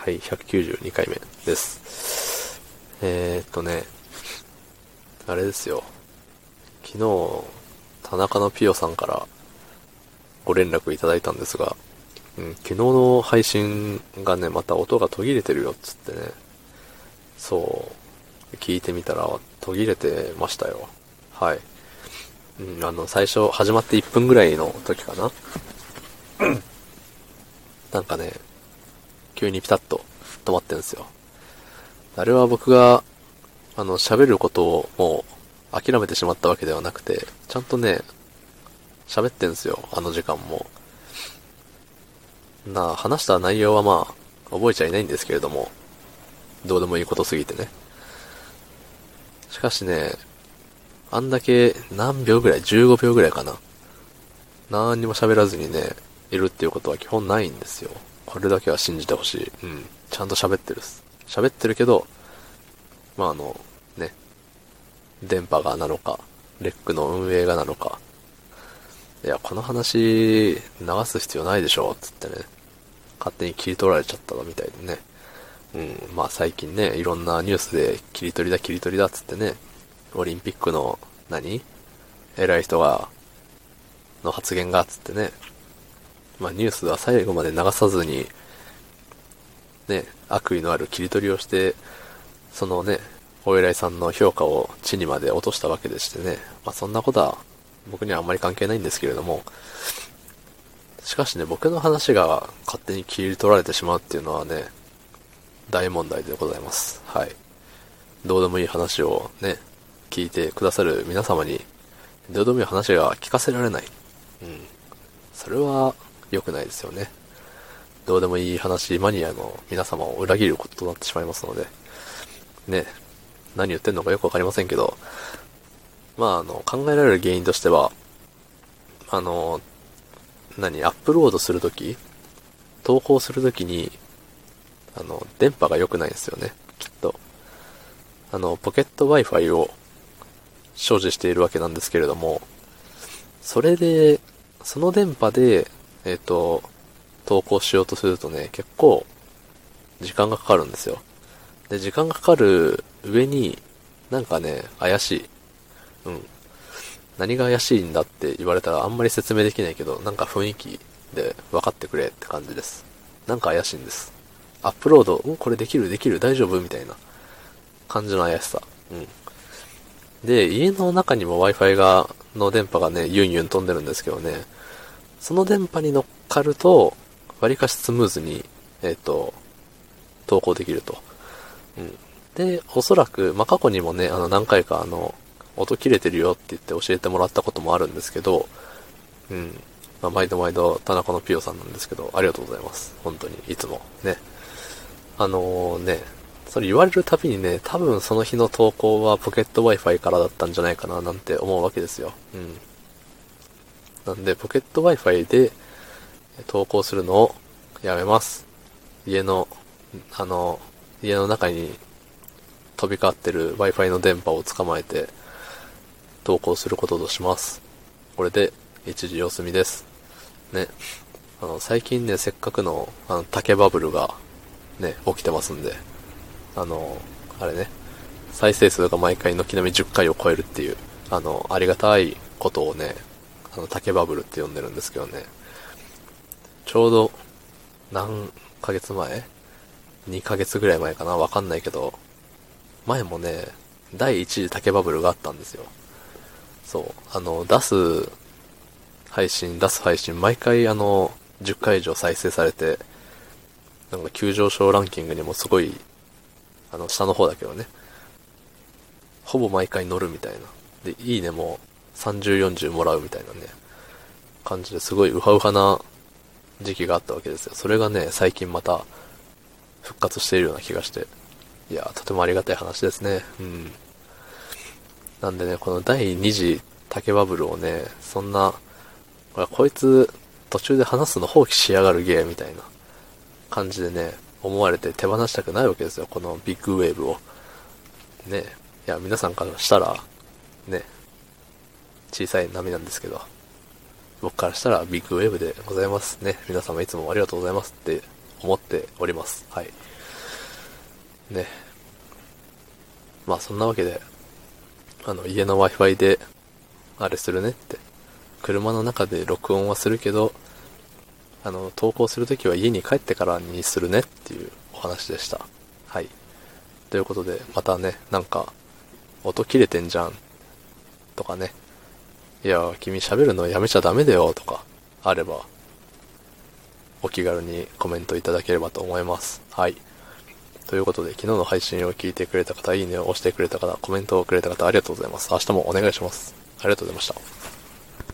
はい、192回目です。あれですよ。昨日、田中のピオさんからご連絡いただいたんですが、昨日の配信がね、また音が途切れてるよっつってね、そう、聞いてみたら途切れてましたよ。はい。最初始まって1分ぐらいの時かな。なんかね、急にピタッと止まってんですよ。あれは僕が、喋ることをもう諦めてしまったわけではなくて、ちゃんとね、喋ってんすよ、あの時間も。話した内容はまあ、覚えちゃいないんですけれども、どうでもいいことすぎてね。しかしね、あんだけ何秒ぐらい ?15 秒ぐらいかな。何にも喋らずにね、いるっていうことは基本ないんですよ。これだけは信じてほしい。ちゃんと喋ってるっす。喋ってるけど、ね、電波がなのか、レックの運営がなのか、いや、この話、流す必要ないでしょ、つってね、勝手に切り取られちゃったみたいでね。まあ最近ね、いろんなニュースで切り取りだっつってね、オリンピックの偉い人の発言が、つってね、まあニュースは最後まで流さずに、ね、悪意のある切り取りをして、そのね、お偉いさんの評価を地にまで落としたわけでしてね、まあそんなことは僕にはあんまり関係ないんですけれども、しかしね、僕の話が勝手に切り取られてしまうっていうのはね、大問題でございます。はい。どうでもいい話をね、聞いてくださる皆様に、どうでもいい話が聞かせられない。それは良くないですよね。どうでもいい話マニアの皆様を裏切ることとなってしまいますので、ね、何言ってんのかよくわかりませんけど、考えられる原因としては、アップロードするとき、投稿するときに、電波が良くないんですよね、きっと。ポケット Wi-Fi を所持しているわけなんですけれども、それで、その電波で、投稿しようとするとね、結構、時間がかかるんですよ。で、時間がかかる上に、なんかね、怪しい。何が怪しいんだって言われたらあんまり説明できないけど、なんか雰囲気で分かってくれって感じです。なんか怪しいんです。アップロード、これできる、大丈夫みたいな感じの怪しさ。で、家の中にも Wi-Fi の電波がね、ユンユン飛んでるんですけどね、その電波に乗っかると、割かしスムーズに、投稿できると。で、おそらく、過去にもね、何回か音切れてるよって言って教えてもらったこともあるんですけど、毎度田中のピオさんなんですけど、ありがとうございます。本当に、いつも。ね。それ言われるたびにね、多分その日の投稿はポケット Wi-Fi からだったんじゃないかななんて思うわけですよ。なんで、ポケット Wi-Fi で投稿するのをやめます。家の中に飛び交ってる Wi-Fi の電波を捕まえて投稿することとします。これで一時様子見です。ね。最近ね、せっかくの、竹バブルがね、起きてますんで、あれね、再生数が毎回軒並み10回を超えるっていう、ありがたいことをね、竹バブルって呼んでるんですけどね、ちょうど、何ヶ月前 ?2 ヶ月ぐらい前かな、わかんないけど、前もね、第1次竹バブルがあったんですよ。そう、出す配信、毎回10回以上再生されて、なんか急上昇ランキングにもすごい、下の方だけどね、ほぼ毎回乗るみたいな。で、いいねも30、40もらうみたいなね、感じですごいウハウハな時期があったわけですよ。それがね、最近また復活しているような気がして、いや、とてもありがたい話ですね。なんでね、この第2次竹バブルをね、そんな、こいつ途中で話すの放棄しやがるゲーみたいな感じでね、思われて手放したくないわけですよ、このビッグウェーブを。ね、いや、皆さんからしたら、ね、小さい波なんですけど、僕からしたらビッグウェーブでございますね。皆様いつもありがとうございますって思っております。はい。ね。まあそんなわけで、家の Wi-Fi で、あれするねって。車の中で録音はするけど、投稿するときは家に帰ってからにするねっていうお話でした。はい。ということで、またね、なんか、音切れてんじゃん。とかね。いや、君喋るのやめちゃダメだよとか、あれば、お気軽にコメントいただければと思います。はい。ということで、昨日の配信を聞いてくれた方、いいねを押してくれた方、コメントをくれた方、ありがとうございます。明日もお願いします。ありがとうございました。